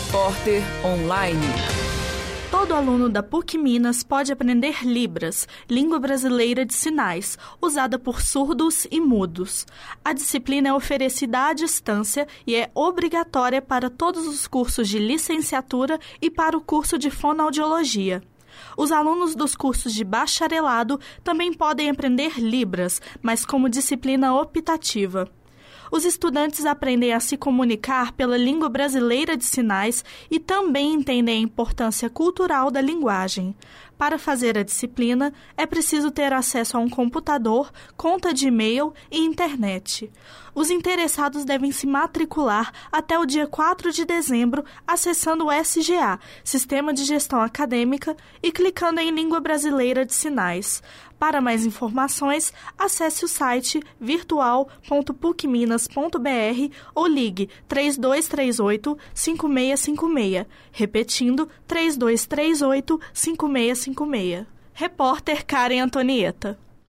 Repórter Online. Todo aluno da PUC Minas pode aprender Libras, língua brasileira de sinais, usada por surdos e mudos. A disciplina é oferecida à distância e é obrigatória para todos os cursos de licenciatura e para o curso de fonoaudiologia. Os alunos dos cursos de bacharelado também podem aprender Libras, mas como disciplina optativa. Os estudantes aprendem a se comunicar pela língua brasileira de sinais e também entendem a importância cultural da linguagem. Para fazer a disciplina, é preciso ter acesso a um computador, conta de e-mail e internet. Os interessados devem se matricular até o dia 4 de dezembro acessando o SGA, Sistema de Gestão Acadêmica, e clicando em Língua Brasileira de Sinais. Para mais informações, acesse o site virtual.pucminas.br ou ligue 3238-5656, repetindo 3238-5656. Repórter Karen Antonieta.